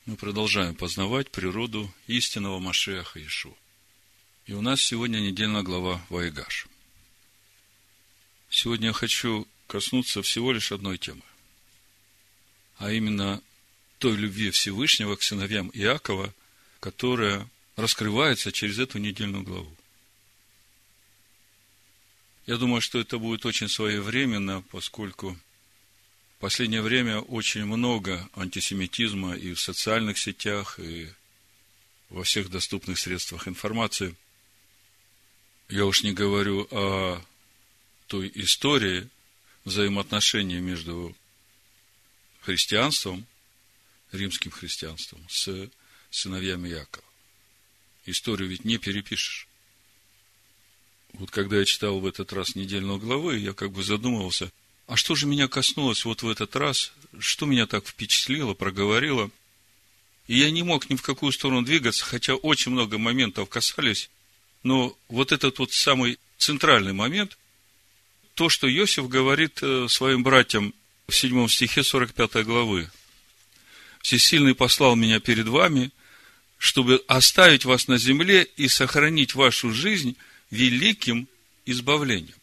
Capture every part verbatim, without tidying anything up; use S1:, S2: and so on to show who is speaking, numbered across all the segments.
S1: Мы продолжаем познавать природу истинного Машиаха Иешуа. И у нас сегодня недельная глава Ваегаш. Сегодня я хочу коснуться всего лишь одной темы, а именно той любви Всевышнего к сыновьям Иакова, которая раскрывается через эту недельную главу. Я думаю, что это будет очень своевременно, поскольку в последнее время очень много антисемитизма и в социальных сетях, и во всех доступных средствах информации. Я уж не говорю о той истории взаимоотношений между христианством, римским христианством, с сыновьями Иакова. Историю ведь не перепишешь. Вот когда я читал в этот раз недельную главу, я как бы задумывался, а что же меня коснулось вот в этот раз, что меня так впечатлило, проговорило. И я не мог ни в какую сторону двигаться, хотя очень много моментов касались, но вот этот вот самый центральный момент, то, что Иосиф говорит своим братьям в седьмом стихе сорок пятой главы. «Всесильный послал меня перед вами, чтобы оставить вас на земле и сохранить вашу жизнь великим избавлением».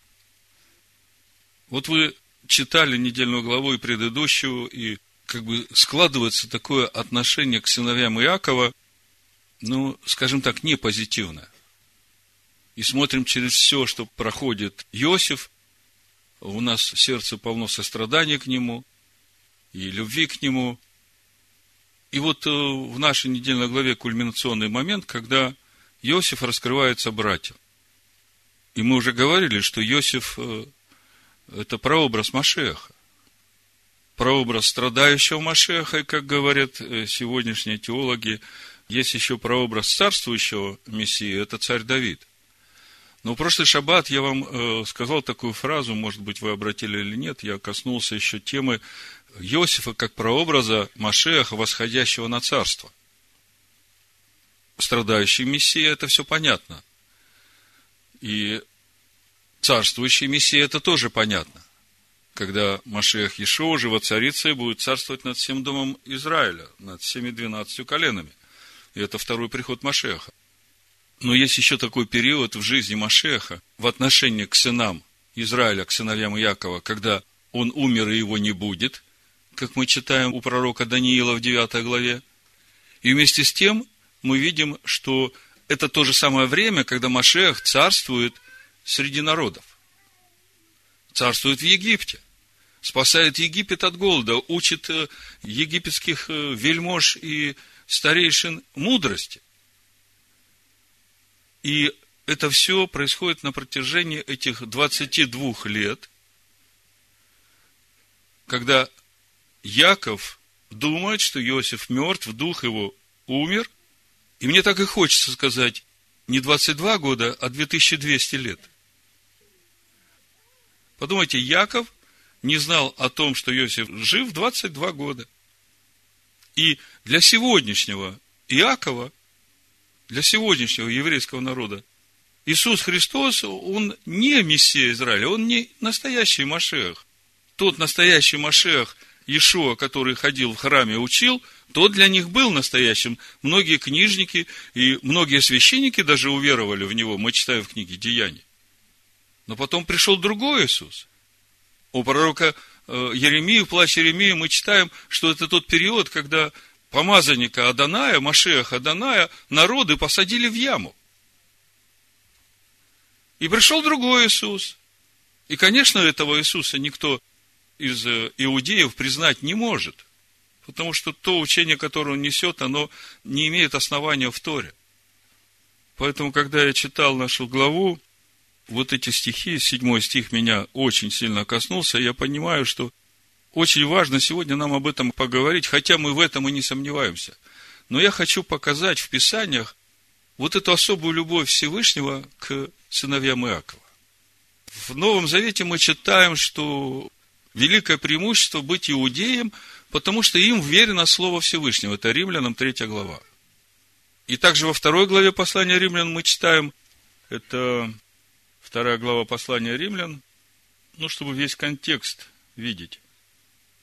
S1: Вот вы читали недельную главу и предыдущую, и как бы складывается такое отношение к сыновьям Иакова, ну, скажем так, не позитивное. И смотрим через все, что проходит Иосиф, у нас сердце полно сострадания к нему и любви к нему. И вот в нашей недельной главе кульминационный момент, когда Иосиф раскрывается братьям. И мы уже говорили, что Иосиф – это прообраз Машиаха. Прообраз страдающего Машиаха, и, как говорят сегодняшние теологи, есть еще прообраз царствующего Мессии, это царь Давид. Но в прошлый шаббат я вам сказал такую фразу, может быть, вы обратили или нет, я коснулся еще темы Иосифа как прообраза Машиаха, восходящего на царство. Страдающий Мессия – это все понятно. И царствующий Мессия – это тоже понятно. Когда Машиах Иешуа уже воцарится и будет царствовать над всем домом Израиля, над всеми двенадцатью коленами. И это второй приход Машиаха. Но есть еще такой период в жизни Машиаха в отношении к сынам Израиля, к сыновьям Иакова, когда он умер и его не будет, как мы читаем у пророка Даниила в девятой главе. И вместе с тем мы видим, что это то же самое время, когда Машиах царствует среди народов. Царствует в Египте. Спасает Египет от голода. Учит египетских вельмож и старейшин мудрости. И это все происходит на протяжении этих двадцати двух лет, когда Яков думает, что Иосиф мертв, дух его умер. И мне так и хочется сказать, не двадцать два года, а две тысячи двести лет. Подумайте, Яков не знал о том, что Иосиф жив двадцать два года. И для сегодняшнего Иакова, для сегодняшнего еврейского народа, Иисус Христос, Он не Мессия Израиля, Он не настоящий Машиах. Тот настоящий Машиах Иешуа, который ходил в храме и учил, тот для них был настоящим. Многие книжники и многие священники даже уверовали в Него, мы читаем в книге Деяний. Но потом пришел другой Иисус. У пророка Еремии, в плач Еремии мы читаем, что это тот период, когда помазанника Адоная, Машиаха Адоная, народы посадили в яму. И пришел другой Иисус. И, конечно, этого Иисуса никто из иудеев признать не может. Потому что то учение, которое он несет, оно не имеет основания в Торе. Поэтому, когда я читал нашу главу, вот эти стихи, седьмой стих меня очень сильно коснулся, я понимаю, что очень важно сегодня нам об этом поговорить, хотя мы в этом и не сомневаемся. Но я хочу показать в Писаниях вот эту особую любовь Всевышнего к сыновьям Иакова. В Новом Завете мы читаем, что великое преимущество быть иудеем, потому что им верено Слово Всевышнего. Это Римлянам третья глава. И также во второй главе послания Римлян мы читаем, это вторая глава послания Римлян, ну, чтобы весь контекст видеть.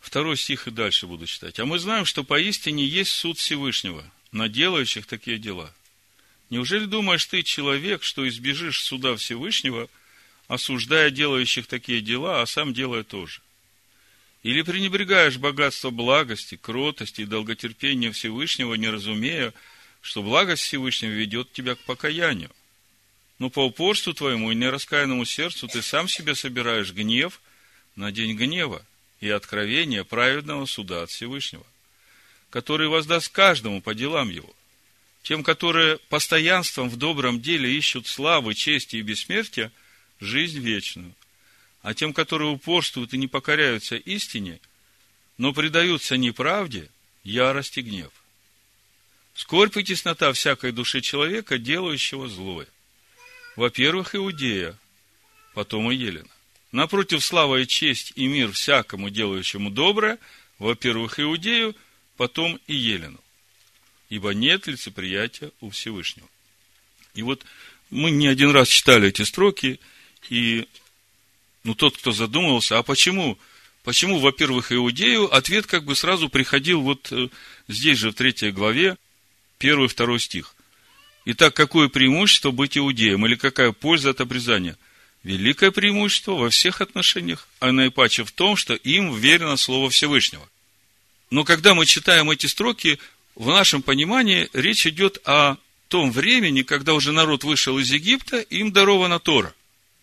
S1: Второй стих и дальше буду читать. А мы знаем, что поистине есть суд Всевышнего на делающих такие дела. Неужели думаешь ты, человек, что избежишь суда Всевышнего, осуждая делающих такие дела, а сам делая тоже? Или пренебрегаешь богатство благости, кротости и долготерпения Всевышнего, не разумея, что благость Всевышнего ведет тебя к покаянию? Но по упорству твоему и нераскаянному сердцу ты сам себе собираешь гнев на день гнева и откровение праведного суда от Всевышнего, который воздаст каждому по делам его. Тем, которые постоянством в добром деле ищут славы, чести и бессмертия, жизнь вечную. А тем, которые упорствуют и не покоряются истине, но предаются неправде, ярость и гнев. Скорбь и теснота всякой души человека, делающего злое. Во-первых, Иудея, потом и Елена. Напротив, слава и честь и мир всякому, делающему доброе, во-первых, Иудею, потом и Елену. Ибо нет лицеприятия у Всевышнего. И вот мы не один раз читали эти строки, и ну, тот, кто задумывался, а почему, почему, во-первых, Иудею, ответ как бы сразу приходил вот здесь же, в третьей главе, первый, второй стих. Итак, какое преимущество быть иудеем, или какая польза от обрезания? Великое преимущество во всех отношениях, а наипаче в том, что им верено Слово Всевышнего. Но когда мы читаем эти строки, в нашем понимании речь идет о том времени, когда уже народ вышел из Египта, им дарована Тора.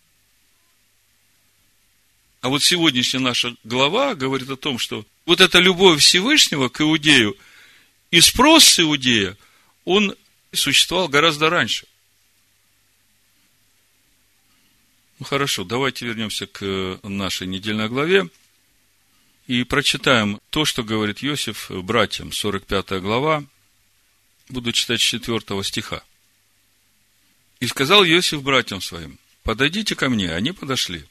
S1: А вот сегодняшняя наша глава говорит о том, что вот эта любовь Всевышнего к Иудею и спрос с Иудея, он существовал гораздо раньше. Ну хорошо, давайте вернемся к нашей недельной главе и прочитаем то, что говорит Иосиф братьям, сорок пятая глава, буду читать с четвёртого стиха. «И сказал Иосиф братьям своим: подойдите ко мне». Они подошли.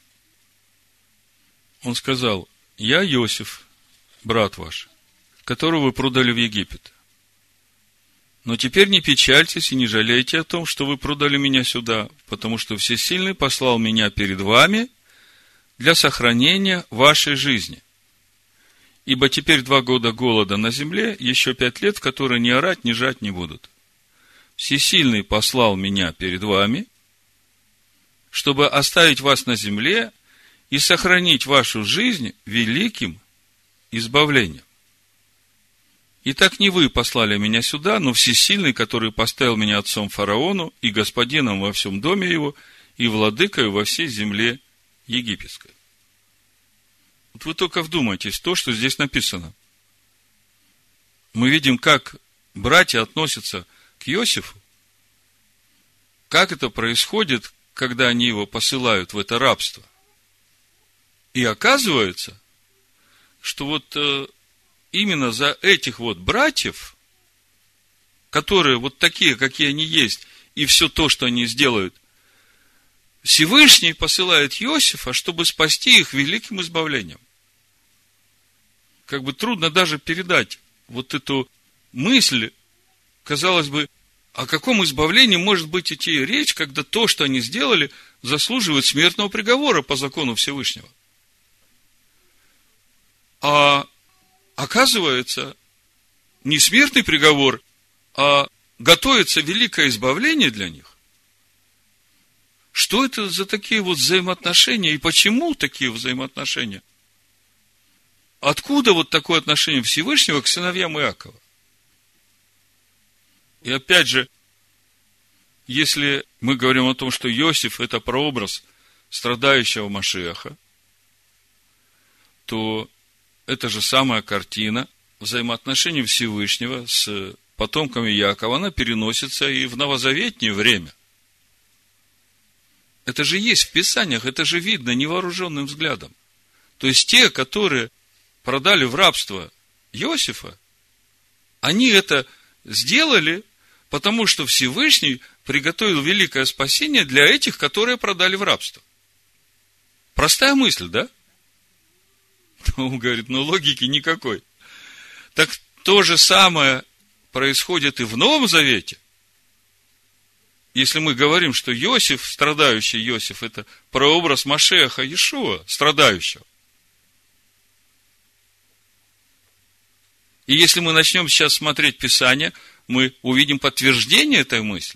S1: Он сказал: я Иосиф, брат ваш, которого вы продали в Египет. Но теперь не печальтесь и не жалейте о том, что вы продали меня сюда, потому что Всесильный послал меня перед вами для сохранения вашей жизни. Ибо теперь два года голода на земле, еще пять лет, в которые ни орать, ни жать не будут. Всесильный послал меня перед вами, чтобы оставить вас на земле и сохранить вашу жизнь великим избавлением. Итак, не вы послали меня сюда, но Всесильный, который поставил меня отцом фараону и господином во всем доме его, и владыкой во всей земле египетской. Вот вы только вдумайтесь в то, что здесь написано. Мы видим, как братья относятся к Иосифу, как это происходит, когда они его посылают в это рабство. И оказывается, что вот э, именно за этих вот братьев, которые вот такие, какие они есть, и все то, что они сделают, Всевышний посылает Иосифа, чтобы спасти их великим избавлением. Как бы трудно даже передать вот эту мысль, казалось бы, о каком избавлении может быть идти речь, когда то, что они сделали, заслуживает смертного приговора по закону Всевышнего. А оказывается, не смертный приговор, а готовится великое избавление для них. Что это за такие вот взаимоотношения и почему такие взаимоотношения? Откуда вот такое отношение Всевышнего к сыновьям Иакова? И опять же, если мы говорим о том, что Иосиф – это прообраз страдающего Машиаха, то эта же самая картина взаимоотношений Всевышнего с потомками Иакова, она переносится и в новозаветнее время. Это же есть в Писаниях, это же видно невооруженным взглядом. То есть те, которые продали в рабство Иосифа, они это сделали, потому что Всевышний приготовил великое спасение для этих, которые продали в рабство. Простая мысль, да? Он говорит, ну логики никакой. Так то же самое происходит и в Новом Завете. Если мы говорим, что Иосиф, страдающий Иосиф, это прообраз Машиаха Иешуа, страдающего. И если мы начнем сейчас смотреть Писание, мы увидим подтверждение этой мысли.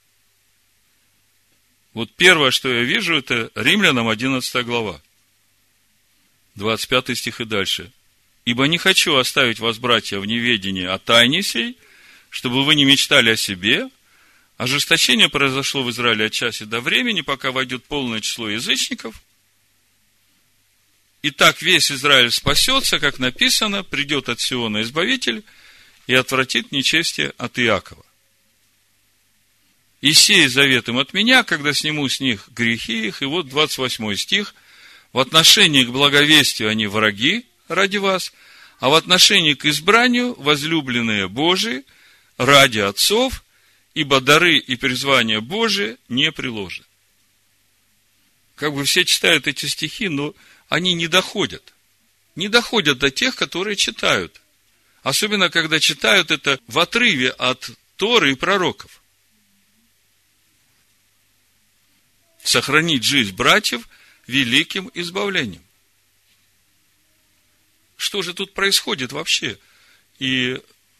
S1: Вот первое, что я вижу, это Римлянам одиннадцатая глава, двадцать пятый стих и дальше. «Ибо не хочу оставить вас, братья, в неведении о тайне сей, чтобы вы не мечтали о себе. Ожесточение произошло в Израиле от часа до времени, пока войдет полное число язычников. И так весь Израиль спасется, как написано, придет от Сиона Избавитель и отвратит нечестие от Иакова. И сей завет им от меня, когда сниму с них грехи их». И вот двадцать восьмой стих. «В отношении к благовестию они враги ради вас, а в отношении к избранию возлюбленные Божии ради отцов, ибо дары и призвания Божии не приложены». Как бы все читают эти стихи, но они не доходят. Не доходят до тех, которые читают. Особенно, когда читают это в отрыве от Торы и пророков. Сохранить жизнь братьев великим избавлением. Что же тут происходит вообще? И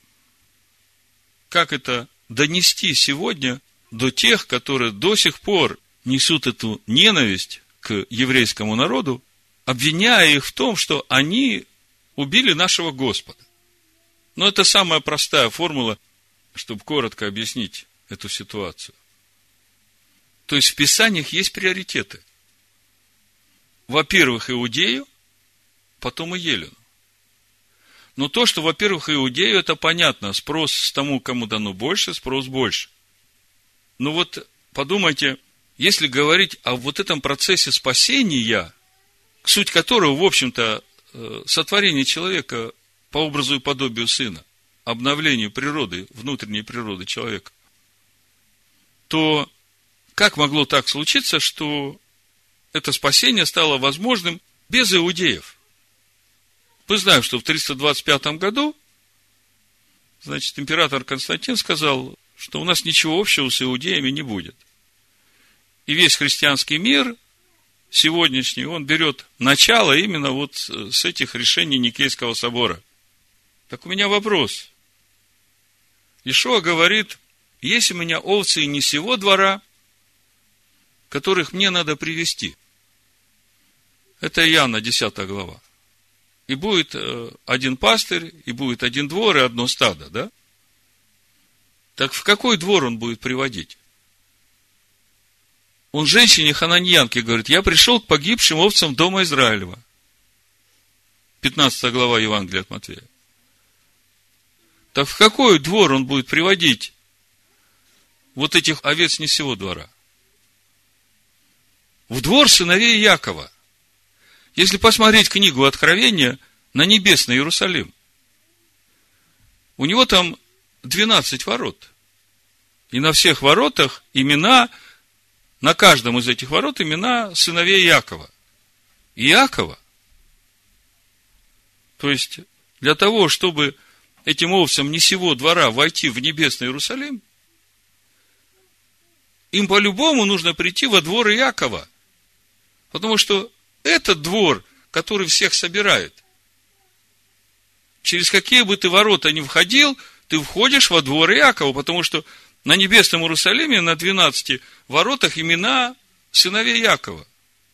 S1: как это донести сегодня до тех, которые до сих пор несут эту ненависть к еврейскому народу, обвиняя их в том, что они убили нашего Господа? Но это самая простая формула, чтобы коротко объяснить эту ситуацию. То есть в Писаниях есть приоритеты. Во-первых, Иудею, потом и Елену. Но то, что, во-первых, Иудею, это понятно. Спрос с тому, кому дано больше, спрос больше. Но вот подумайте, если говорить о вот этом процессе спасения, суть которого, в общем-то, сотворение человека по образу и подобию Сына, обновление природы, внутренней природы человека, то как могло так случиться, что это спасение стало возможным без иудеев? Мы знаем, что в триста двадцать пятом году, значит, император Константин сказал, что у нас ничего общего с иудеями не будет. И весь христианский мир сегодняшний, он берет начало именно вот с этих решений Никейского собора. Так у меня вопрос. Иешуа говорит: есть у меня овцы не сего двора, которых мне надо привести. Это Иоанна десятая глава. И будет один пастырь, и будет один двор, и одно стадо, да? Так в какой двор он будет приводить? Он женщине хананьянке говорит: я пришел к погибшим овцам дома Израилева. пятнадцатая глава Евангелия от Матфея. Так в какой двор он будет приводить вот этих овец не сего двора? В двор сыновей Иакова. Если посмотреть книгу Откровения на небесный Иерусалим, у него там двенадцать ворот. И на всех воротах имена, на каждом из этих ворот имена сыновей Иакова. Иакова. То есть, для того, чтобы этим овцам не сего двора войти в небесный Иерусалим, им по-любому нужно прийти во двор Иакова. Потому что этот двор, который всех собирает, через какие бы ты ворота ни входил, ты входишь во двор Иакова, потому что на небесном Иерусалиме на двенадцати воротах имена сыновей Иакова.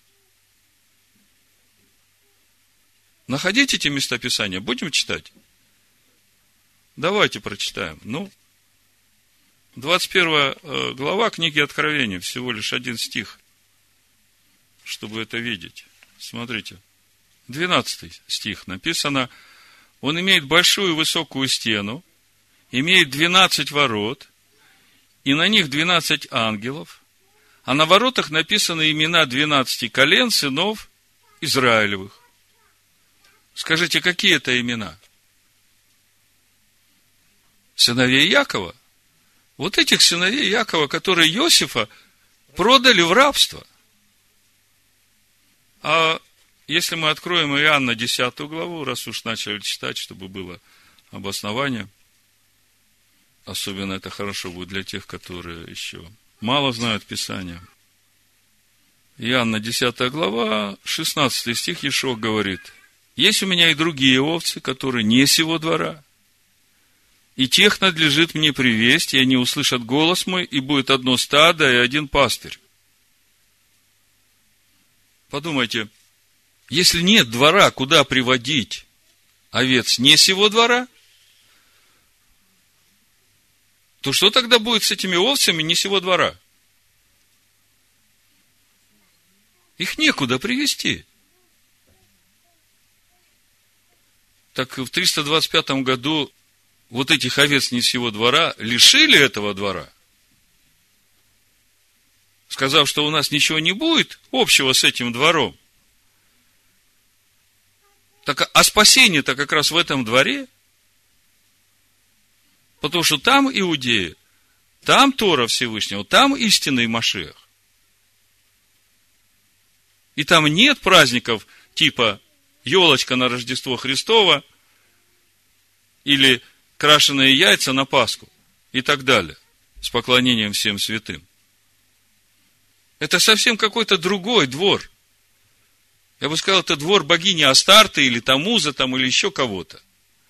S1: Находите эти места Писания, будем читать? Давайте прочитаем. Ну, двадцать первая глава книги Откровения, всего лишь один стих, чтобы это видеть. Смотрите, двенадцатый стих написано: он имеет большую высокую стену, имеет двенадцать ворот, и на них двенадцать ангелов, а на воротах написаны имена двенадцати колен сынов Израилевых. Скажите, какие это имена? Сыновей Иакова. Вот этих сыновей Иакова, которые Иосифа продали в рабство. А если мы откроем Иоанна десятую главу, раз уж начали читать, чтобы было обоснование, особенно это хорошо будет для тех, которые еще мало знают Писание. Иоанна десятая глава, шестнадцатый стих, Иешуа говорит: есть у меня и другие овцы, которые не сего двора. И тех надлежит мне привесть, и они услышат голос мой, и будет одно стадо и один пастырь. Подумайте, если нет двора, куда приводить овец не сего двора, то что тогда будет с этими овцами не сего двора? Их некуда привести. Так в триста двадцать пятом году вот этих овец не сего двора лишили этого двора, сказав, что у нас ничего не будет общего с этим двором. Так, а спасение-то как раз в этом дворе, потому что там Иудея, там Тора Всевышнего, там истинный Машиах. И там нет праздников типа елочка на Рождество Христово или крашеные яйца на Пасху и так далее, с поклонением всем святым. Это совсем какой-то другой двор. Я бы сказал, это двор богини Астарты или Тамуза там, или еще кого-то.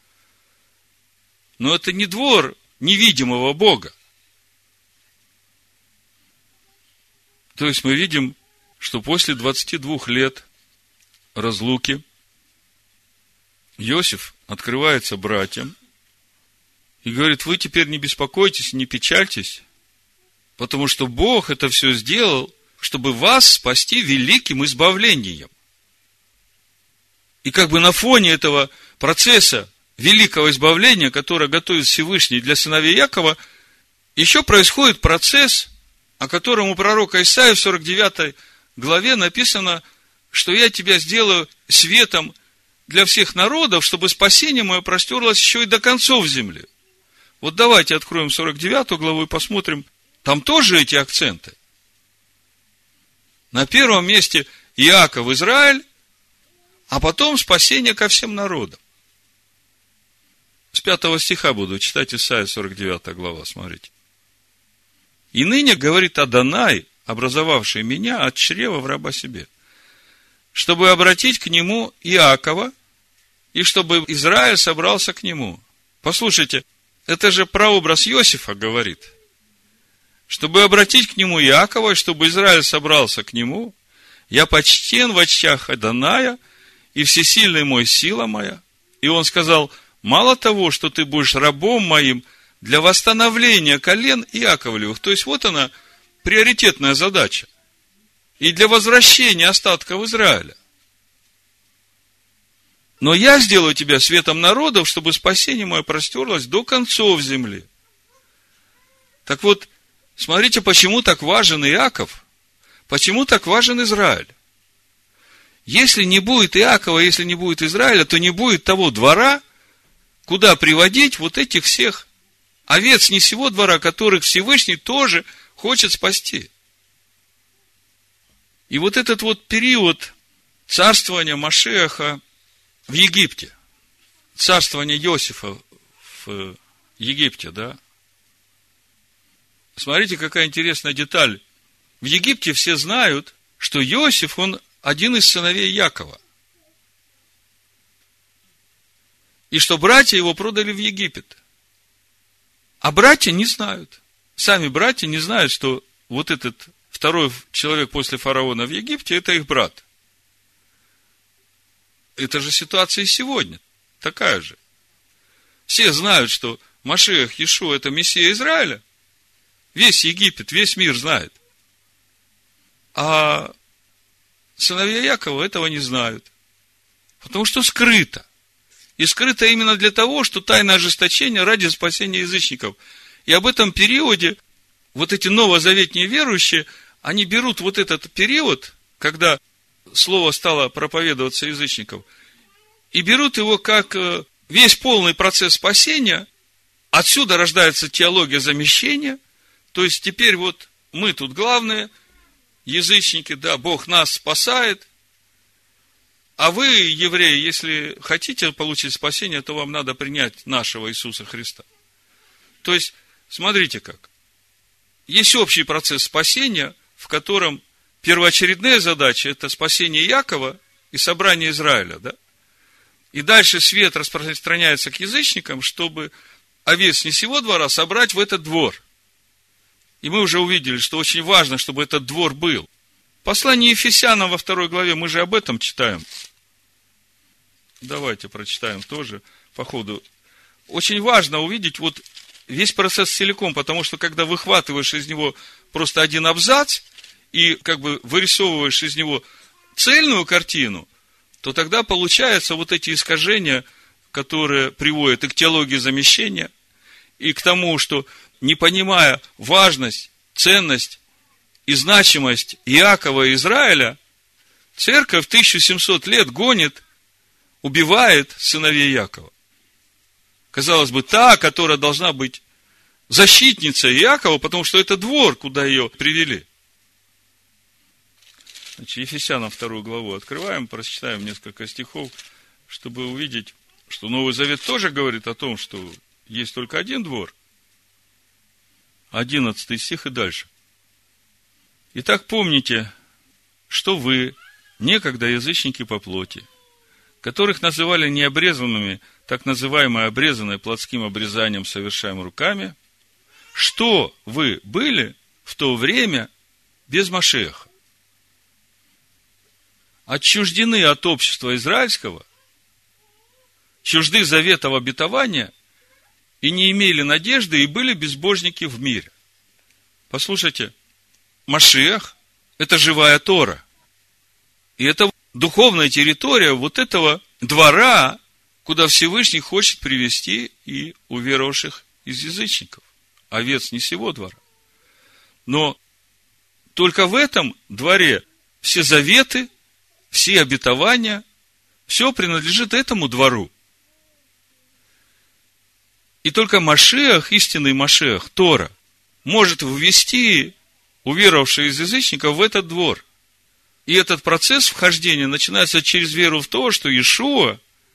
S1: Но это не двор невидимого Бога. То есть мы видим, что после двадцати двух лет разлуки Иосиф открывается братьям и говорит: вы теперь не беспокойтесь, не печальтесь, потому что Бог это все сделал, чтобы вас спасти великим избавлением. И как бы на фоне этого процесса великого избавления, которое готовит Всевышний для сыновей Якова, еще происходит процесс, о котором у пророка Исаии в сорок девятой главе написано, что я тебя сделаю светом для всех народов, чтобы спасение мое простерлось еще и до концов земли. Вот давайте откроем сорок девятую главу и посмотрим, там тоже эти акценты. На первом месте Иаков, Израиль, а потом спасение ко всем народам. С пятого стиха буду читать Исайя, сорок девятая глава, смотрите. И ныне, говорит Адонай, образовавший меня от чрева в раба себе, чтобы обратить к нему Иакова, и чтобы Израиль собрался к нему. Послушайте, это же прообраз Иосифа говорит. Чтобы обратить к нему Иакова, и чтобы Израиль собрался к нему, я почтен в очах Адоная, и всесильный мой сила моя. И он сказал: мало того, что ты будешь рабом моим для восстановления колен Иаковлевых. То есть, вот она, приоритетная задача. И для возвращения остатков Израиля. Но я сделаю тебя светом народов, чтобы спасение мое простерлось до концов земли. Так вот, смотрите, почему так важен Иаков, почему так важен Израиль. Если не будет Иакова, если не будет Израиля, то не будет того двора, куда приводить вот этих всех овец не сего двора, которых Всевышний тоже хочет спасти. И вот этот вот период царствования Машиаха в Египте, царствования Иосифа в Египте, да. Смотрите, какая интересная деталь. В Египте все знают, что Иосиф, он один из сыновей Якова. И что братья его продали в Египет. А братья не знают. Сами братья не знают, что вот этот второй человек после фараона в Египте, это их брат. Это же ситуация и сегодня. Такая же. Все знают, что Машиах Иешуа это Мессия Израиля. Весь Египет, весь мир знает. А сыновья Якова этого не знают. Потому что скрыто. И скрыто именно для того, что тайное ожесточение ради спасения язычников. И об этом периоде вот эти новозаветные верующие, они берут вот этот период, когда слово стало проповедоваться язычников, и берут его как весь полный процесс спасения. Отсюда рождается теология замещения. То есть теперь вот мы тут главные, язычники, да, Бог нас спасает. А вы, евреи, если хотите получить спасение, то вам надо принять нашего Иисуса Христа. То есть, смотрите как. Есть общий процесс спасения, в котором первоочередная задача – это спасение Якова и собрание Израиля, да? И дальше свет распространяется к язычникам, чтобы овец не сего двора собрать в этот двор. И мы уже увидели, что очень важно, чтобы этот двор был. Послание Ефесянам во второй главе, мы же об этом читаем. Давайте прочитаем тоже по ходу. Очень важно увидеть вот весь процесс целиком, потому что когда выхватываешь из него просто один абзац и как бы вырисовываешь из него цельную картину, то тогда получаются вот эти искажения, которые приводят и к теологии замещения, и к тому, что, не понимая важность, ценность и значимость Иакова и Израиля, церковь тысячу семьсот лет гонит, убивает сыновей Иакова. Казалось бы, та, которая должна быть защитницей Иакова, потому что это двор, куда ее привели. Значит, Ефесянам вторую главу открываем, прочитаем несколько стихов, чтобы увидеть, что Новый Завет тоже говорит о том, что есть только один двор. Одиннадцатый стих и дальше. Итак, помните, что вы, некогда язычники по плоти, которых называли необрезанными, так называемое обрезанное плотским обрезанием, совершаемым руками, что вы были в то время без Машиаха, отчуждены от общества израильского, чужды заветов обетования и не имели надежды, и были безбожники в мире. Послушайте, Машиах – это живая Тора. И это духовная территория вот этого двора, куда Всевышний хочет привести и уверовавших из язычников. Овец не сего двора. Но только в этом дворе все заветы, все обетования, все принадлежит этому двору. И только Машиах, истинный Машиах, Тора, может ввести уверовавших из язычников в этот двор. И этот процесс вхождения начинается через веру в то, что Иешуа,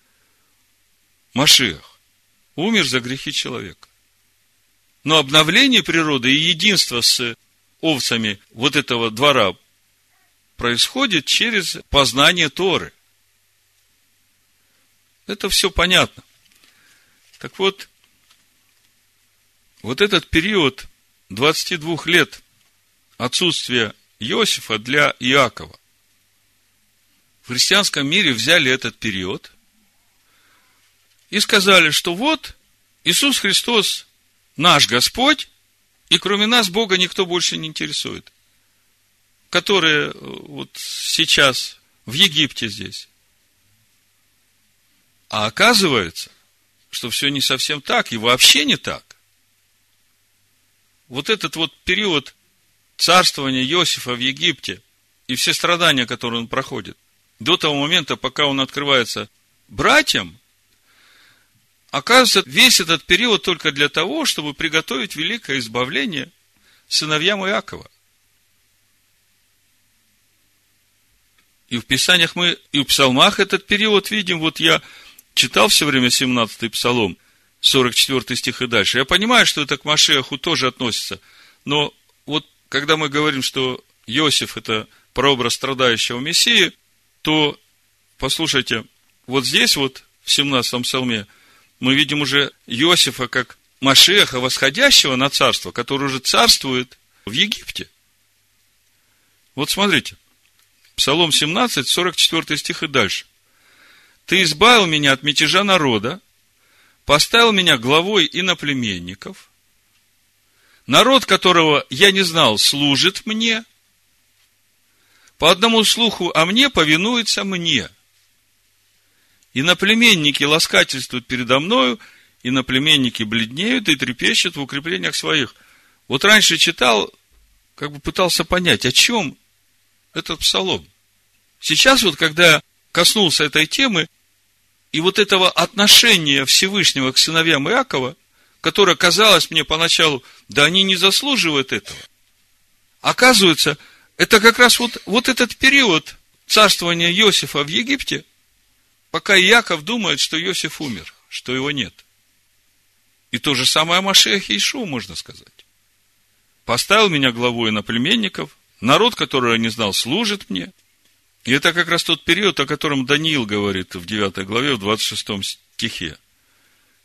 S1: Машиах, умер за грехи человека. Но обновление природы и единство с овцами вот этого двора происходит через познание Торы. Это все понятно. Так вот, вот этот период двадцати двух лет отсутствия Иосифа для Иакова. В христианском мире взяли этот период и сказали, что вот Иисус Христос наш Господь, и кроме нас Бога никто больше не интересует. Которые вот сейчас в Египте здесь. А оказывается, что все не совсем так, и вообще не так. Вот этот вот период царствования Иосифа в Египте и все страдания, которые он проходит, до того момента, пока он открывается братьям, оказывается, весь этот период только для того, чтобы приготовить великое избавление сыновьям Иакова. И в Писаниях мы, и в Псалмах этот период видим. Вот я читал все время семнадцатый Псалом, сорок четвёртый стих и дальше. Я понимаю, что это к Машиаху тоже относится. Но вот когда мы говорим, что Иосиф – это прообраз страдающего Мессии, то, послушайте, вот здесь вот, в семнадцатом Псалме, мы видим уже Иосифа как Машиаха, восходящего на царство, который уже царствует в Египте. Вот смотрите, Псалом семнадцать, сорок четвёртый стих и дальше. «Ты избавил меня от мятежа народа, поставил меня главой иноплеменников. Народ, которого я не знал, служит мне. По одному слуху о мне повинуется мне. Иноплеменники ласкательствуют передо мною, иноплеменники бледнеют и трепещут в укреплениях своих». Вот раньше читал, как бы пытался понять, о чем этот псалом. Сейчас вот, когда коснулся этой темы, и вот этого отношения Всевышнего к сыновьям Иакова, которое казалось мне поначалу, да они не заслуживают этого. Оказывается, это как раз вот, вот этот период царствования Иосифа в Египте, пока Иаков думает, что Иосиф умер, что его нет. И то же самое о Машиахе Иешуа можно сказать. Поставил меня главой иноплеменников, народ, которого я не знал, служит мне. И это как раз тот период, о котором Даниил говорит в девятой главе, в двадцать шестом стихе.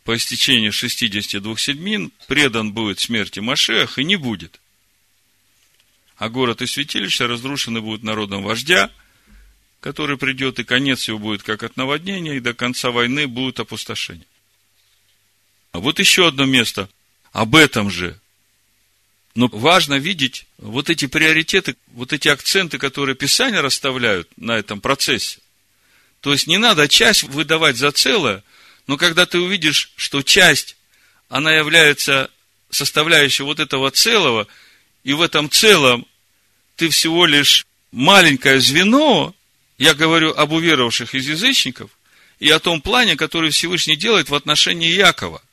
S1: по истечении шестидесяти двух седмин предан будет смерти Машиах и не будет. А город и святилище разрушены будут народом вождя, который придет, и конец его будет как от наводнения, и до конца войны будет опустошение. А вот еще одно место об этом же. Но важно видеть вот эти приоритеты, вот эти акценты, которые Писания расставляют на этом процессе. То есть не надо часть выдавать за целое, но когда ты увидишь, что часть, она является составляющей вот этого целого, и в этом целом ты всего лишь маленькое звено, я говорю об уверовавших из язычников, и о том плане, который Всевышний делает в отношении Иакова.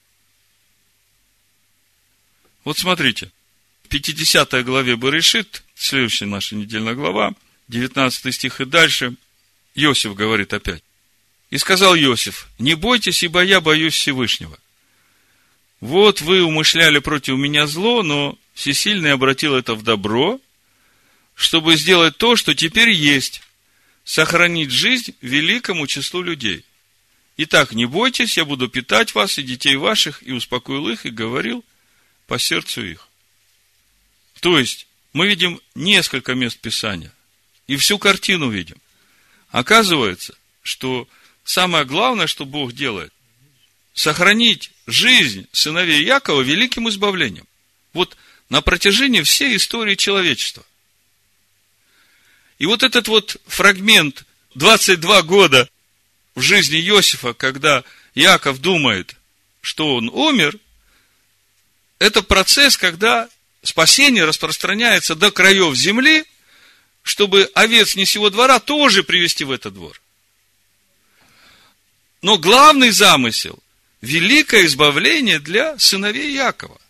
S1: Вот смотрите, в пятидесятой главе Берешит, следующая наша недельная глава, девятнадцатый стих и дальше, Иосиф говорит опять. И сказал Иосиф: не бойтесь, ибо я боюсь Всевышнего. Вот вы умышляли против меня зло, но Всесильный обратил это в добро, чтобы сделать то, что теперь есть, сохранить жизнь великому числу людей. Итак, не бойтесь, я буду питать вас и детей ваших, и успокоил их, и говорил по сердцу их. То есть, мы видим несколько мест Писания, и всю картину видим. Оказывается, что самое главное, что Бог делает, сохранить жизнь сыновей Иакова великим избавлением. Вот на протяжении всей истории человечества. И вот этот вот фрагмент, двадцать два года в жизни Иосифа, когда Иаков думает, что он умер, это процесс, когда спасение распространяется до краев земли, чтобы овец не сего двора тоже привести в этот двор. Но главный замысел – великое избавление для сыновей Иакова.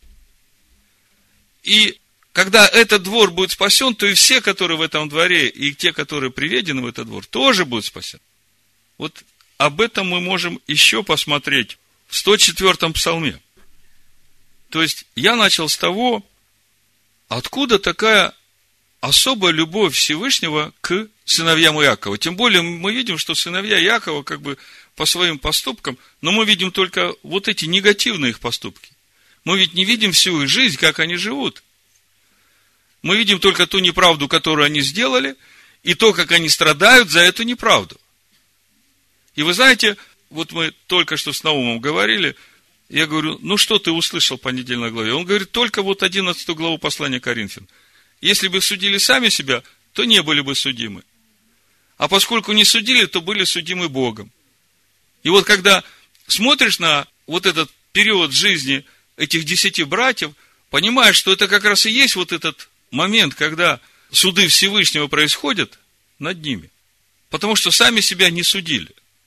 S1: И когда этот двор будет спасен, то и все, которые в этом дворе, и те, которые приведены в этот двор, тоже будут спасены. Вот об этом мы можем еще посмотреть в сто четвёртом псалме. То есть, я начал с того, откуда такая особая любовь Всевышнего к сыновьям Иакова. Тем более, мы видим, что сыновья Иакова, как бы, по своим поступкам, но мы видим только вот эти негативные их поступки. Мы ведь не видим всю их жизнь, как они живут. Мы видим только ту неправду, которую они сделали, и то, как они страдают за эту неправду. И вы знаете, вот мы только что с Наумом говорили, я говорю, ну что ты услышал по недельной главе? Он говорит, только вот одиннадцатую главу послания Коринфян. Если бы судили сами себя, то не были бы судимы. А поскольку не судили, то были судимы Богом. И вот когда смотришь на вот этот период жизни этих десяти братьев, понимаешь, что это как раз и есть вот этот момент, когда суды Всевышнего происходят над ними. Потому что сами себя не судили.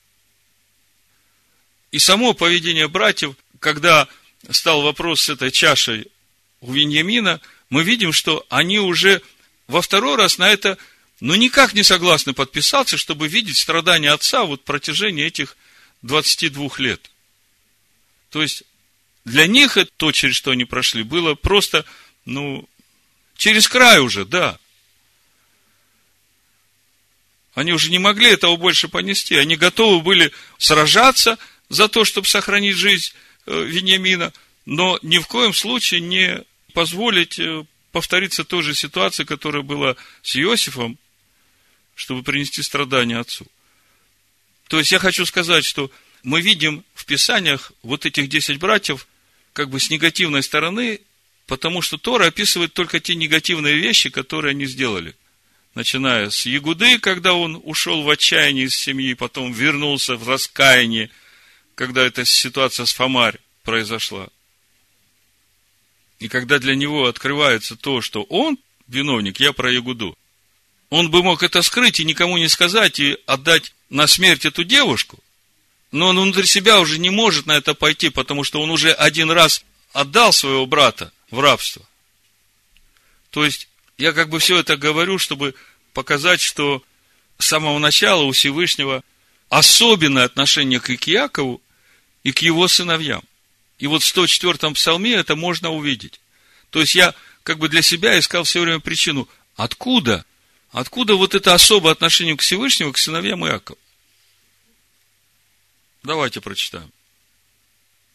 S1: И само поведение братьев, когда стал вопрос с этой чашей у Виньямина, мы видим, что они уже во второй раз на это, ну, никак не согласны подписаться, чтобы видеть страдания отца вот в протяжении этих двадцати двух лет. То есть, для них это, то, через что они прошли, было просто, ну, через край уже, да. Они уже не могли этого больше понести. Они готовы были сражаться за то, чтобы сохранить жизнь Виньямина, но ни в коем случае не позволить повториться той же ситуации, которая была с Иосифом, чтобы принести страдания отцу. То есть, я хочу сказать, что мы видим в Писаниях вот этих десять братьев как бы с негативной стороны, потому что Тора описывает только те негативные вещи, которые они сделали. Начиная с Егуды, когда он ушел в отчаянии из семьи, потом вернулся в раскаянии, когда эта ситуация с Фомарь произошла. И когда для него открывается то, что он виновник, я про Егуду, он бы мог это скрыть и никому не сказать, и отдать на смерть эту девушку, но он внутри себя уже не может на это пойти, потому что он уже один раз отдал своего брата в рабство. То есть, я как бы все это говорю, чтобы показать, что с самого начала у Всевышнего особенное отношение к Иакову и к его сыновьям. И вот в сто четвёртом псалме это можно увидеть. То есть, я как бы для себя искал все время причину, откуда, откуда вот это особое отношение к Всевышнему, к сыновьям Иакова. Давайте прочитаем.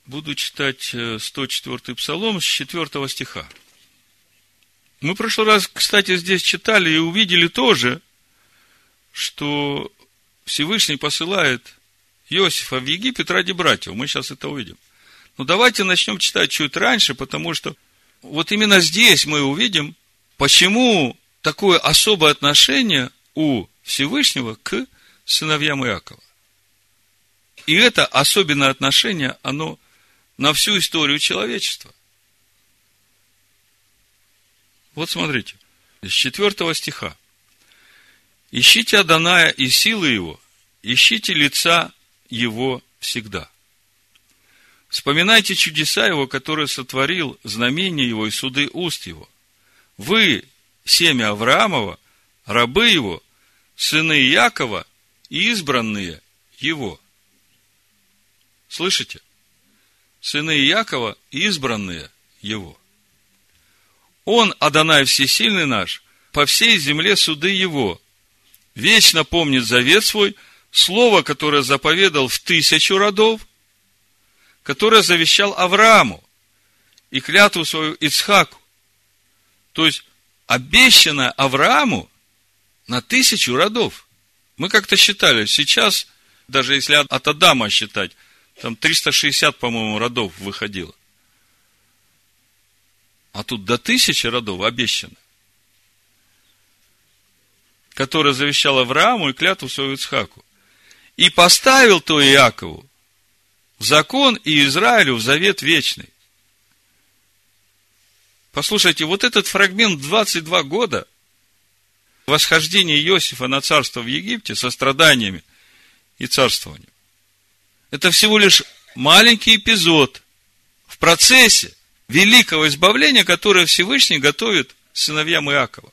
S1: буду читать сто четвёртый псалом с четвёртого стиха. Мы в прошлый раз, кстати, здесь читали и увидели тоже, что Всевышний посылает Иосифа в Египет ради братьев. Мы сейчас это увидим. Но давайте начнем читать чуть раньше, потому что вот именно здесь мы увидим, почему такое особое отношение у Всевышнего к сыновьям Иакова. И это особенное отношение, оно на всю историю человечества. Вот смотрите, с четвёртого стиха. «Ищите Адоная и силы его, ищите лица его всегда. Вспоминайте чудеса его, которые сотворил, знамения его и суды уст его. Вы, семя Авраамова, рабы его, сыны Иакова и избранные его». Слышите? Сыны Иакова и избранные его. Он, Адонай всесильный наш, по всей земле суды его. Вечно помнит завет свой, слово, которое заповедал в тысячу родов, которое завещал Аврааму, и клятву свою Ицхаку. То есть, обещанное Аврааму на тысячу родов. Мы как-то считали, сейчас, даже если от Адама считать, там триста шестьдесят, по-моему, родов выходило. А тут до тысячи родов обещано. Которое завещал Аврааму и клятву свою Ицхаку. И поставил то Иакову в закон и Израилю в завет вечный. Послушайте, вот этот фрагмент двадцать два года восхождения Иосифа на царство в Египте со страданиями и царствованием. Это всего лишь маленький эпизод в процессе великого избавления, которое Всевышний готовит сыновьям Иакова.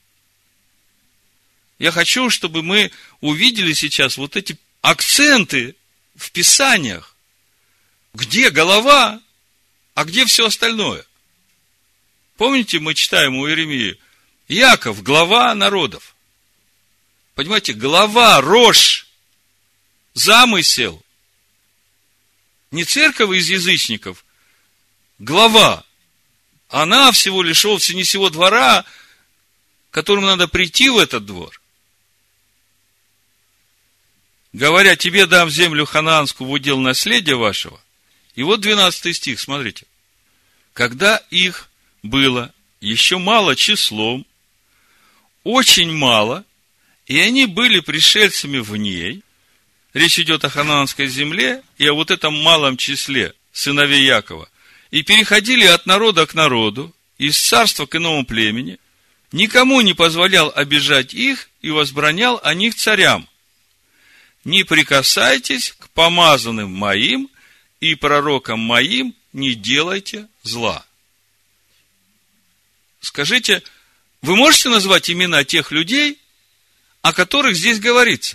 S1: Я хочу, чтобы мы увидели сейчас вот эти акценты в Писаниях. Где голова, а где все остальное? Помните, мы читаем у Иеремии: Иаков – глава народов. Понимаете, голова, рожь, замысел. Не церковь из язычников, глава. Она всего лишь овцы не сего двора, которому надо прийти в этот двор. Говоря: тебе дам землю ханаанскую в удел наследия вашего. И вот двенадцатый стих, смотрите. Когда их было еще мало числом, очень мало, и они были пришельцами в ней. Речь идет о ханаанской земле и о вот этом малом числе сыновей Иакова. И переходили от народа к народу, из царства к иному племени. Никому не позволял обижать их и возбранял о них царям. Не прикасайтесь к помазанным моим и пророкам моим, не делайте зла. Скажите, вы можете назвать имена тех людей, о которых здесь говорится?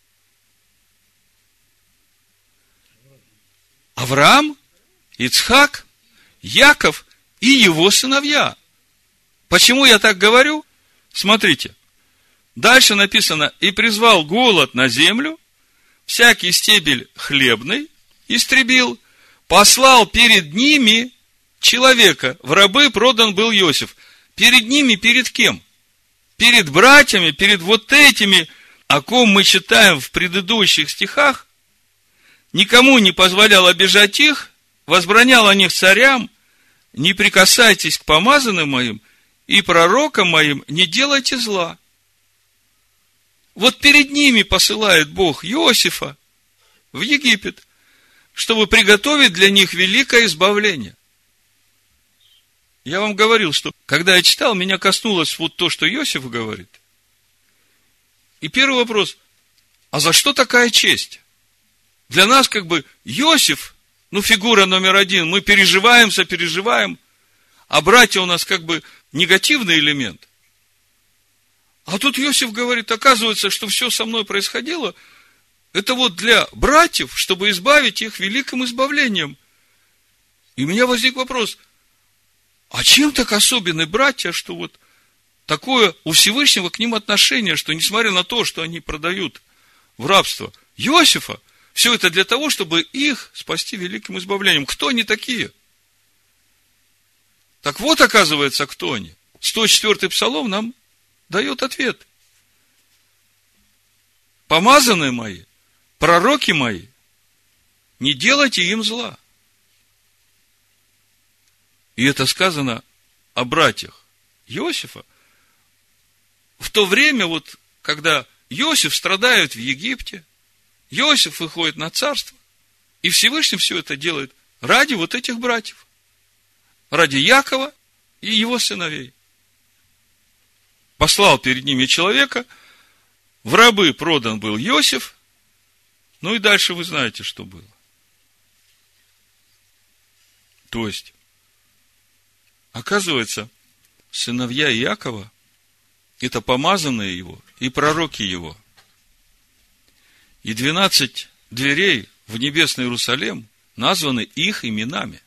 S1: Авраам, Ицхак, Яков и его сыновья. Почему я так говорю? Смотрите. Дальше написано: и призвал голод на землю, всякий стебель хлебный истребил, послал перед ними человека, в рабы продан был Иосиф. Перед ними, перед кем? Перед братьями, перед вот этими, о ком мы читаем в предыдущих стихах. Никому не позволял обижать их, возбранял о них царям: не прикасайтесь к помазанным моим и пророкам моим, не делайте зла. Вот перед ними посылает Бог Иосифа в Египет, чтобы приготовить для них великое избавление. Я вам говорил, что когда я читал, меня коснулось вот то, что Иосиф говорит. И первый вопрос: а за что такая честь? Для нас как бы Иосиф, ну, фигура номер один, мы переживаем, сопереживаем, а братья у нас как бы негативный элемент. А тут Иосиф говорит: оказывается, что все со мной происходило, это вот для братьев, чтобы избавить их великим избавлением. И у меня возник вопрос: а чем так особенны братья, что вот такое у Всевышнего к ним отношение, что несмотря на то, что они продают в рабство Иосифа, Все это для того, чтобы их спасти великим избавлением. Кто они такие? Так вот, оказывается, кто они. сто четвёртый псалом нам дает ответ. Помазанные мои, пророки мои, не делайте им зла. И это сказано о братьях Иосифа. В то время, вот, когда Иосиф страдает в Египте, Иосиф выходит на царство, и Всевышний все это делает ради вот этих братьев. Ради Якова и его сыновей. Послал перед ними человека, в рабы продан был Иосиф, ну и дальше вы знаете, что было. То есть, оказывается, сыновья Иакова – это помазанные его и пророки его. И двенадцать дверей в небесный Иерусалим названы их именами.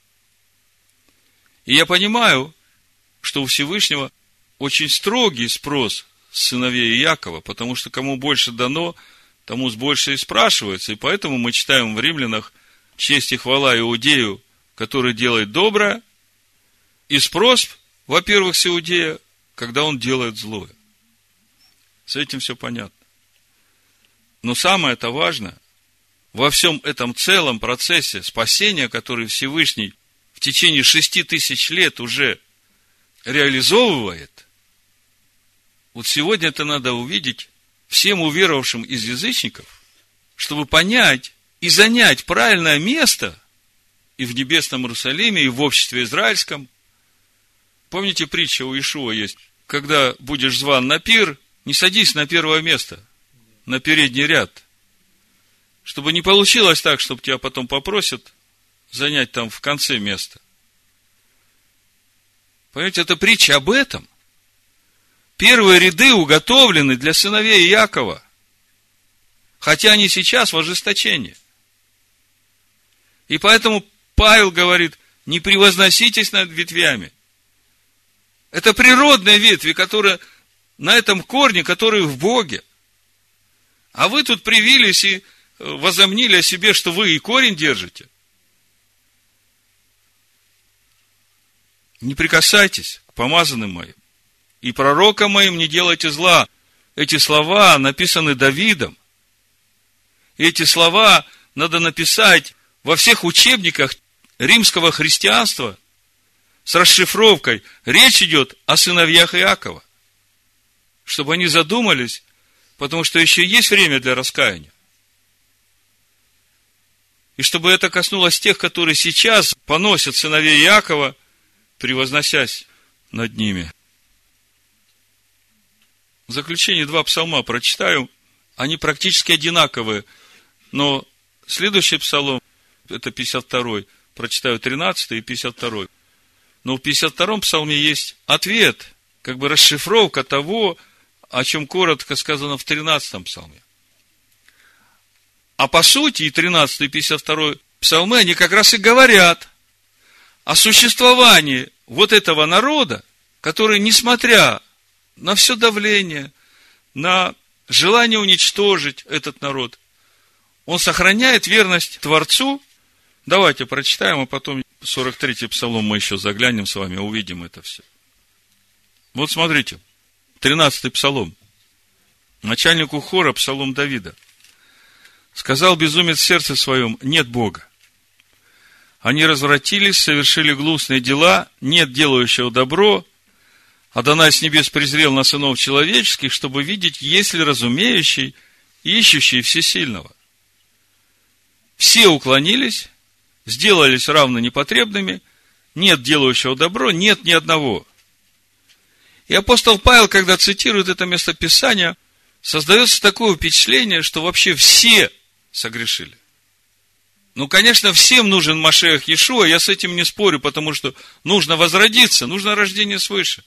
S1: И я понимаю, что у Всевышнего очень строгий спрос с сыновей Иакова, потому что кому больше дано, тому с больше и спрашивается. И поэтому мы читаем в Римлянах: честь и хвала Иудею, который делает доброе, и спрос, во-первых, с Иудея, когда он делает злое. С этим все понятно. Но самое-то важное, во всем этом целом процессе спасения, который Всевышний в течение шести тысяч лет уже реализовывает, вот сегодня это надо увидеть всем уверовавшим из язычников, чтобы понять и занять правильное место и в небесном Иерусалиме, и в обществе израильском. Помните, притча у Иешуа есть: когда будешь зван на пир, не садись на первое место, на передний ряд, чтобы не получилось так, чтобы тебя потом попросят занять там в конце место. Понимаете, это притча об этом. Первые ряды уготовлены для сыновей Иакова, хотя они сейчас в ожесточении. И поэтому Павел говорит: не превозноситесь над ветвями. Это природные ветви, которые на этом корне, которые в Боге. А вы тут привились и возомнили о себе, что вы и корень держите. Не прикасайтесь к помазанным моим, и пророкам моим не делайте зла. Эти слова написаны Давидом. И эти слова надо написать во всех учебниках римского христианства с расшифровкой. Речь идет о сыновьях Иакова. Чтобы они задумались, потому что еще есть время для раскаяния. И чтобы это коснулось тех, которые сейчас поносят сыновей Иакова, превозносясь над ними. В заключение два псалма прочитаю. Они практически одинаковые. Но следующий псалом, это пятьдесят второй, прочитаю тринадцатый и пятьдесят второй. Но в пятьдесят втором псалме есть ответ, как бы расшифровка того, о чем коротко сказано в тринадцатом псалме. А по сути и тринадцатый, и пятьдесят второй псалмы, они как раз и говорят о существовании вот этого народа, который, несмотря на все давление, на желание уничтожить этот народ, он сохраняет верность Творцу. Давайте прочитаем, а потом сорок третий псалом мы еще заглянем с вами, увидим это все. Вот смотрите, тринадцатый псалом. Начальнику хора, псалом Давида. Сказал безумец в сердце своем: нет Бога. Они развратились, совершили гнусные дела, нет делающего добро. Адонай с небес презрел на сынов человеческих, чтобы видеть, есть ли разумеющий, ищущий всесильного. Все уклонились, сделались равно непотребными, нет делающего добро, нет ни одного. И апостол Павел, когда цитирует это местописание, создается такое впечатление, что вообще все согрешили. Ну, конечно, всем нужен Машиах Иешуа, я с этим не спорю, потому что нужно возродиться, нужно рождение свыше.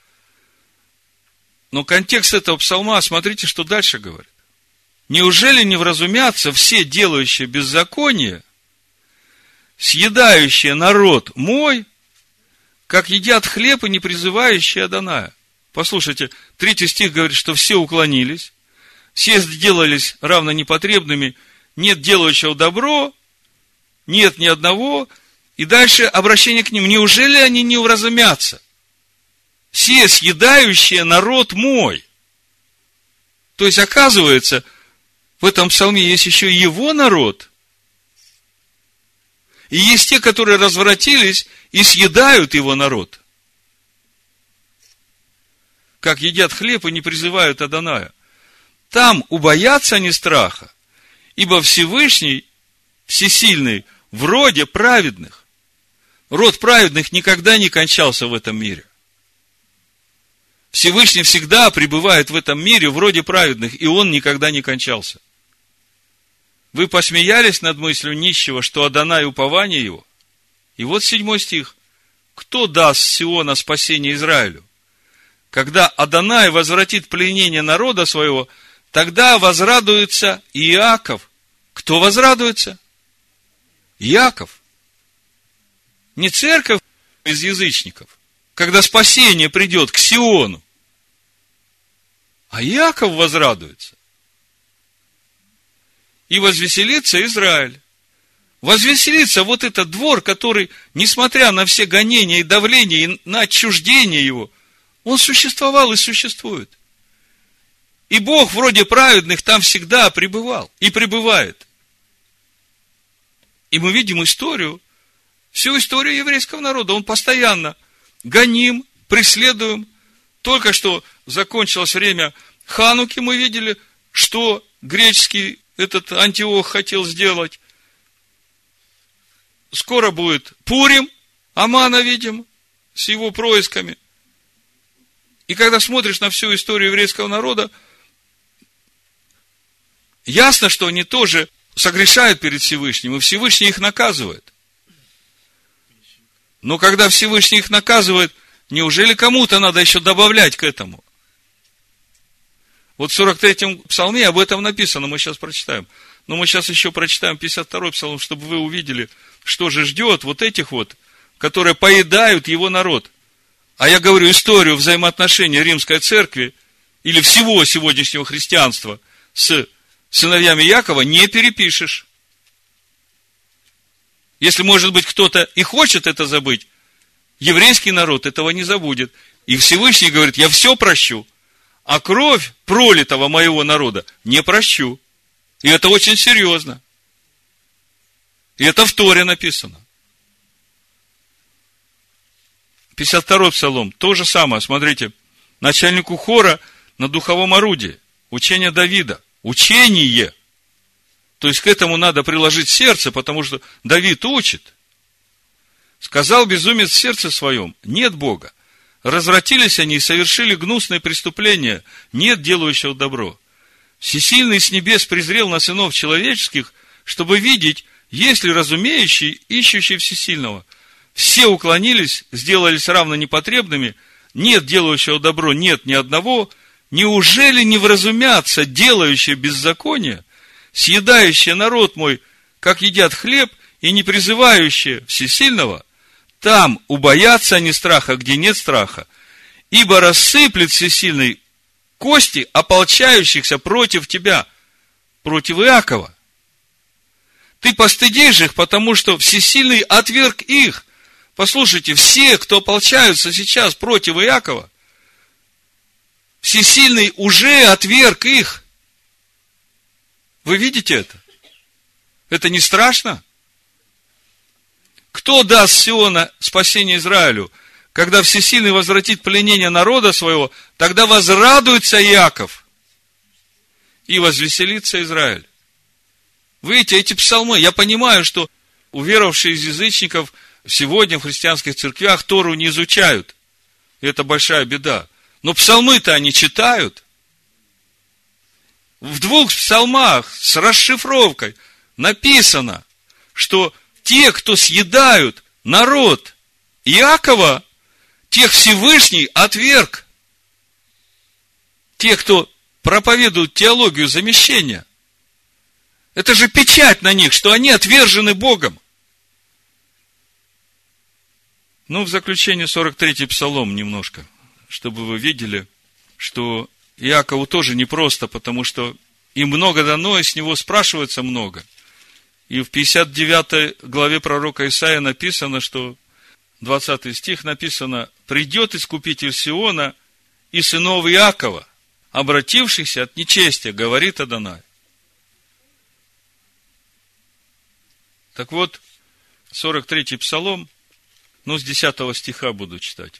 S1: Но контекст этого псалма, смотрите, что дальше говорит. Неужели не вразумятся все делающие беззаконие, съедающие народ мой, как едят хлеб и не призывающие Адоная? Послушайте, третий стих говорит, что все уклонились, все сделались равно непотребными, нет делающего добро, нет ни одного. И дальше обращение к ним. Неужели они не уразумятся? Все съедающие народ мой. То есть, оказывается, в этом псалме есть еще и его народ. И есть те, которые развратились и съедают его народ. Как едят хлеб и не призывают Адоная. Там убоятся они страха, ибо Всевышний, Всесильный, в роде праведных. Род праведных никогда не кончался в этом мире. Всевышний всегда пребывает в этом мире в роде праведных, и он никогда не кончался. Вы посмеялись над мыслью нищего, что Адонай упование его? И вот седьмой стих. Кто даст с Сиона спасение Израилю? Когда Адонай возвратит пленение народа своего, тогда возрадуется Иаков. Кто возрадуется? Иаков. Не церковь из язычников, когда спасение придет к Сиону, а Иаков возрадуется. И возвеселится Израиль. Возвеселится вот этот двор, который, несмотря на все гонения и давление, и на отчуждение его, он существовал и существует. И Бог вроде праведных там всегда пребывал и пребывает. И мы видим историю, всю историю еврейского народа. Он постоянно гоним, преследуем. Только что закончилось время Хануки, мы видели, что греческий этот Антиох хотел сделать. Скоро будет Пурим, Амана видим, с его происками. И когда смотришь на всю историю еврейского народа, ясно, что они тоже согрешают перед Всевышним, и Всевышний их наказывает. Но когда Всевышний их наказывает, неужели кому-то надо еще добавлять к этому? Вот в сорок третьем псалме об этом написано, мы сейчас прочитаем. Но мы сейчас еще прочитаем пятьдесят второй псалом, чтобы вы увидели, что же ждет вот этих вот, которые поедают его народ. А я говорю историю взаимоотношений Римской Церкви или всего сегодняшнего христианства с сыновьями Якова не перепишешь. Если, может быть, кто-то и хочет это забыть, еврейский народ этого не забудет. И Всевышний говорит, я все прощу, а кровь пролитого моего народа не прощу. И это очень серьезно. И это в Торе написано. пятьдесят второй псалом, то же самое, смотрите, начальнику хора на духовом орудии, учение Давида, учение. То есть к этому надо приложить сердце, потому что Давид учит. Сказал безумец в сердце своем, нет Бога. Развратились они и совершили гнусное преступление, нет делающего добро. Всесильный с небес презрел на сынов человеческих, чтобы видеть, есть ли разумеющий, ищущий всесильного. Все уклонились, сделались равно непотребными, нет делающего добро, нет ни одного. Неужели не вразумятся делающие беззаконие, съедающие народ мой, как едят хлеб, и не призывающие всесильного? Там убоятся они страха, где нет страха, ибо рассыплет всесильный кости ополчающихся против тебя, против Иакова. Ты постыдишь их, потому что всесильный отверг их. Послушайте, все, кто ополчаются сейчас против Иакова, Всесильный уже отверг их. Вы видите это? Это не страшно? Кто даст с Сиона спасение Израилю? Когда Всесильный возвратит пленение народа своего, тогда возрадуется Иаков и возвеселится Израиль. Вы видите, эти псалмы, я понимаю, что уверовавшие из язычников сегодня в христианских церквях Тору не изучают. И это большая беда. Но псалмы-то они читают. В двух псалмах с расшифровкой написано, что те, кто съедают народ Иакова, тех Всевышний отверг. Те, кто проповедуют теологию замещения. Это же печать на них, что они отвержены Богом. Ну, в заключение сорок третий псалом немножко, чтобы вы видели, что Иакову тоже непросто, потому что И много дано, и с него спрашивается много. И в пятьдесят девятой главе пророка Исаия написано, что двадцатый стих написано: «Придет Искупитель Сиона и сынов Иакова, обратившихся от нечестия, говорит Адонай». Так вот, сорок третий псалом, ну, с десятого стиха буду читать.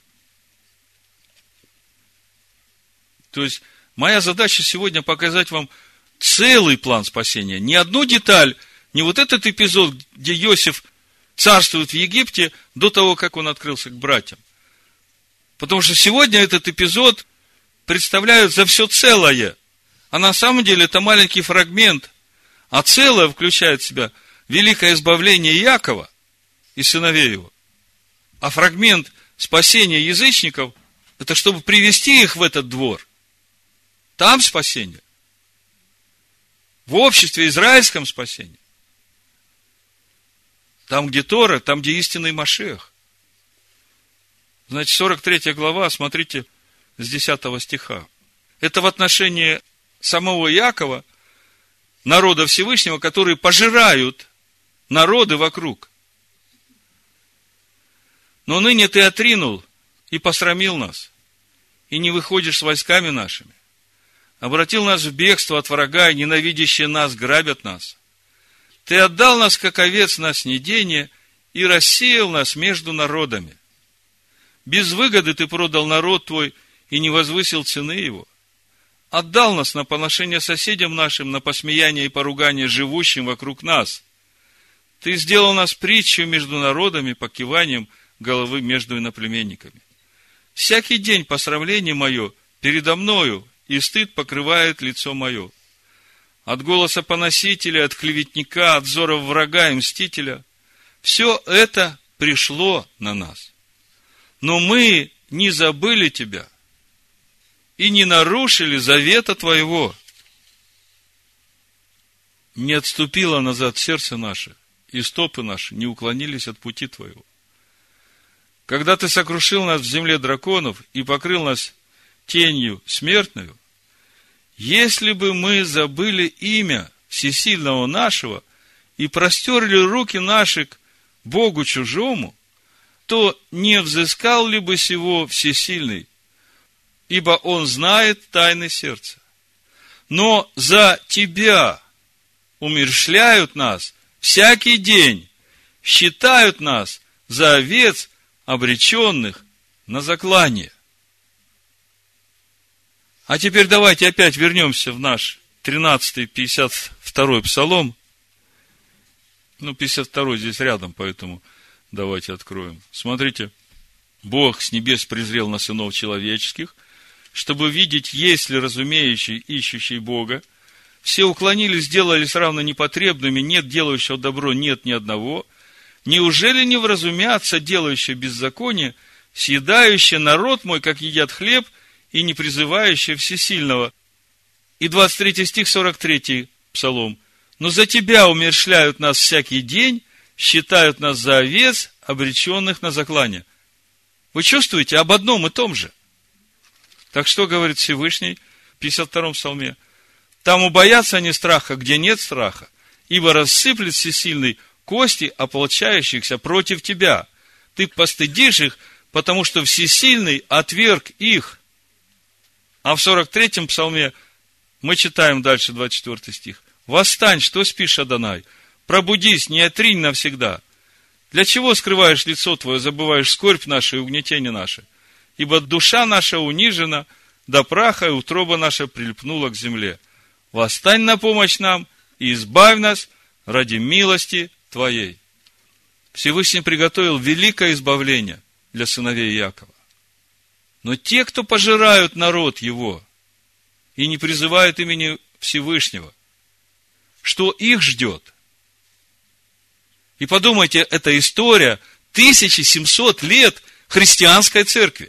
S1: То есть, моя задача сегодня показать вам целый план спасения. Не одну деталь, не вот этот эпизод, где Иосиф царствует в Египте до того, как он открылся к братьям. Потому что сегодня этот эпизод представляют за все целое. А на самом деле это маленький фрагмент. А целое включает в себя великое избавление Иакова и сыновей его. А фрагмент спасения язычников – это чтобы привести их в этот двор. Там спасение. В обществе израильском спасение. Там, где Тора, там, где истинный Машиах. Значит, сорок третья глава, смотрите, с десятого стиха. Это в отношении самого Иакова, народа Всевышнего, которые пожирают народы вокруг. Но ныне ты отринул и посрамил нас, и не выходишь с войсками нашими. Обратил нас в бегство от врага, и ненавидящие нас грабят нас. Ты отдал нас, как овец, на снедение, и рассеял нас между народами. Без выгоды ты продал народ твой, и не возвысил цены его. Отдал нас на поношение соседям нашим, на посмеяние и поругание живущим вокруг нас. Ты сделал нас притчей между народами, покиванием головы между иноплеменниками. Всякий день посрамление мое передо мною, и стыд покрывает лицо мое. От голоса поносителя, от клеветника, от взоров врага и мстителя. Все это пришло на нас. Но мы не забыли тебя и не нарушили завета твоего. Не отступило назад сердце наше, и стопы наши не уклонились от пути твоего. Когда ты сокрушил нас в земле драконов и покрыл нас тенью смертную, если бы мы забыли имя всесильного нашего и простерли руки наши к Богу чужому, то не взыскал ли бы сего всесильный, ибо он знает тайны сердца. Но за тебя умерщвляют нас всякий день, считают нас за овец, обреченных на заклание. А теперь давайте опять вернемся в наш тринадцатый, пятьдесят второй псалом. Ну, пятьдесят второй здесь рядом, поэтому давайте откроем. Смотрите. Бог с небес презрел на сынов человеческих, чтобы видеть, есть ли разумеющий, ищущий Бога. Все уклонились, сделались равно непотребными, нет делающего добро, нет ни одного. Неужели не вразумятся делающие беззаконие, съедающие народ мой, как едят хлеб, и не призывающие всесильного? И двадцать третий стих, сорок третий псалом. Но за тебя умерщвляют нас всякий день, считают нас за овец, обреченных на заклание. Вы чувствуете об одном и том же? Так что говорит Всевышний в пятьдесят втором псалме? Там убоятся они страха, где нет страха, ибо рассыплет всесильный кости ополчающихся против тебя. Ты постыдишь их, потому что всесильный отверг их. А в сорок третьем псалме мы читаем дальше двадцать четвёртый стих. Восстань, что спишь, Адонай? Пробудись, не отринь навсегда. Для чего скрываешь лицо твое, забываешь скорбь нашу и угнетение наше? Ибо душа наша унижена, до праха и утроба наша прильпнула к земле. Восстань на помощь нам и избавь нас ради милости твоей. Всевышний приготовил великое избавление для сыновей Иакова. Но те, кто пожирают народ его и не призывают имени Всевышнего, что их ждет? И подумайте, это история тысяча семьсот лет христианской церкви.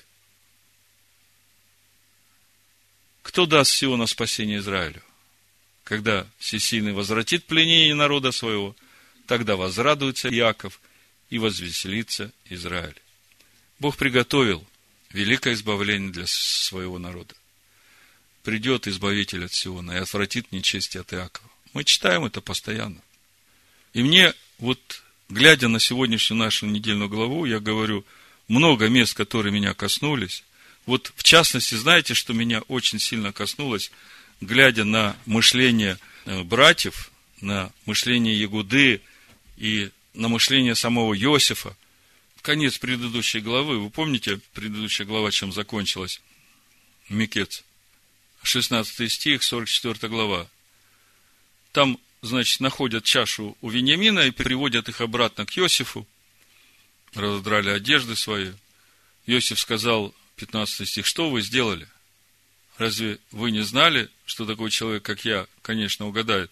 S1: Кто даст всего на спасение Израилю? Когда Всесильный возвратит пленение народа своего, тогда возрадуется Иаков и возвеселится Израиль. Бог приготовил великое избавление для своего народа. придет Избавитель от Сиона и отвратит нечестие от Иакова. Мы читаем это постоянно. И мне, вот, глядя на сегодняшнюю нашу недельную главу, я говорю, много мест, которые меня коснулись. Вот, в частности, знаете, что меня очень сильно коснулось, глядя на мышление братьев, на мышление Егуды и на мышление самого Иосифа. Конец предыдущей главы. Вы помните, предыдущая глава чем закончилась? Микец. шестнадцатый стих, сорок четвёртая глава. Там, значит, находят чашу у Вениамина и приводят их обратно к Иосифу. Разодрали одежды свои. Иосиф сказал, пятнадцатый стих, что вы сделали? Разве вы не знали, что такой человек, как я, конечно, угадает?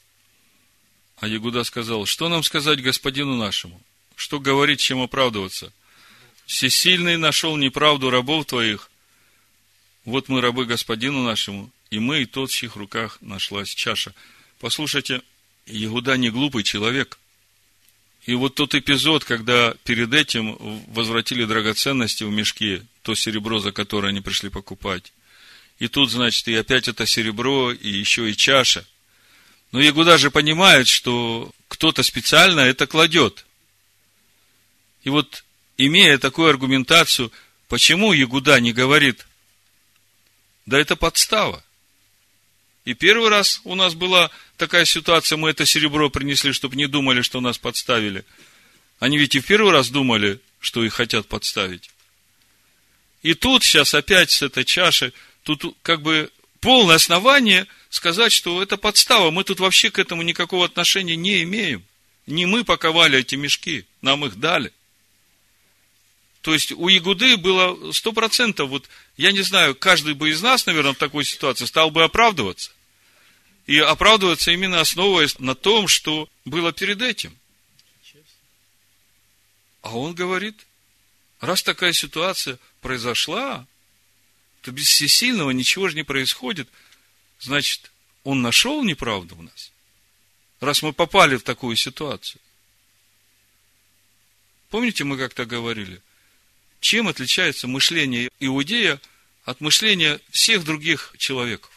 S1: А Егуда сказал, что нам сказать господину нашему? Что говорить, чем оправдываться? Всесильный нашел неправду рабов твоих. Вот мы рабы господину нашему, и мы, и тот, в чьих руках нашлась чаша. Послушайте, Егуда не глупый человек. И вот тот эпизод, когда перед этим возвратили драгоценности в мешки, то серебро, за которое они пришли покупать. И тут, значит, и опять это серебро, и еще и чаша. Но Егуда же понимает, что кто-то специально это кладет. И вот, имея такую аргументацию, почему Егуда не говорит, да это подстава. И первый раз у нас была такая ситуация, мы это серебро принесли, чтобы не думали, что нас подставили. Они ведь и в первый раз думали, что их хотят подставить. И тут сейчас опять с этой чашей, тут как бы полное основание сказать, что это подстава. Мы тут вообще к этому никакого отношения не имеем. Не мы паковали эти мешки, нам их дали. То есть у Егуды было сто процентов, вот я не знаю, каждый бы из нас, наверное, в такой ситуации стал бы оправдываться. И оправдываться именно основываясь на том, что было перед этим. А он говорит, раз такая ситуация произошла, то без всесильного ничего же не происходит. Значит, он нашел неправду в нас, раз мы попали в такую ситуацию. Помните, мы как-то говорили, чем отличается мышление иудея от мышления всех других человеков?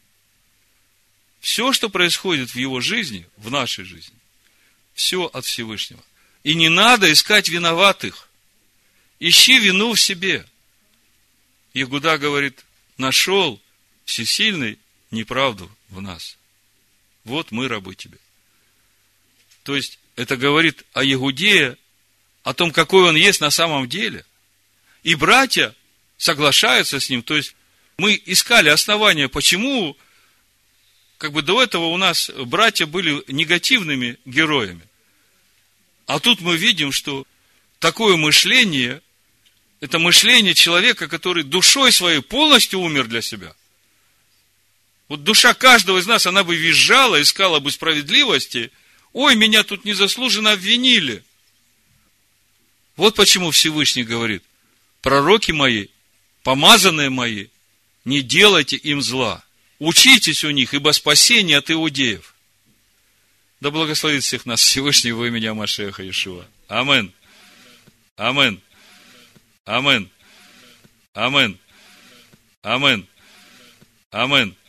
S1: Все, что происходит в его жизни, в нашей жизни, все от Всевышнего. И не надо искать виноватых. Ищи вину в себе. Егуда говорит, нашел всесильный неправду в нас. Вот мы рабы тебе. То есть, это говорит о Егудее, о том, какой он есть на самом деле. И братья соглашаются с ним. То есть, мы искали основания, почему, как бы до этого у нас братья были негативными героями. А тут мы видим, что такое мышление, это мышление человека, который душой своей полностью умер для себя. Вот душа каждого из нас, она бы визжала, искала бы справедливости. Ой, меня тут незаслуженно обвинили. Вот почему Всевышний говорит, пророки мои, помазанные мои, не делайте им зла. Учитесь у них, ибо спасение от иудеев. Да благословит всех нас Всевышний во имя Машеха Иешуа. Амин. Амин. Амин. Амин. Амин. Амин.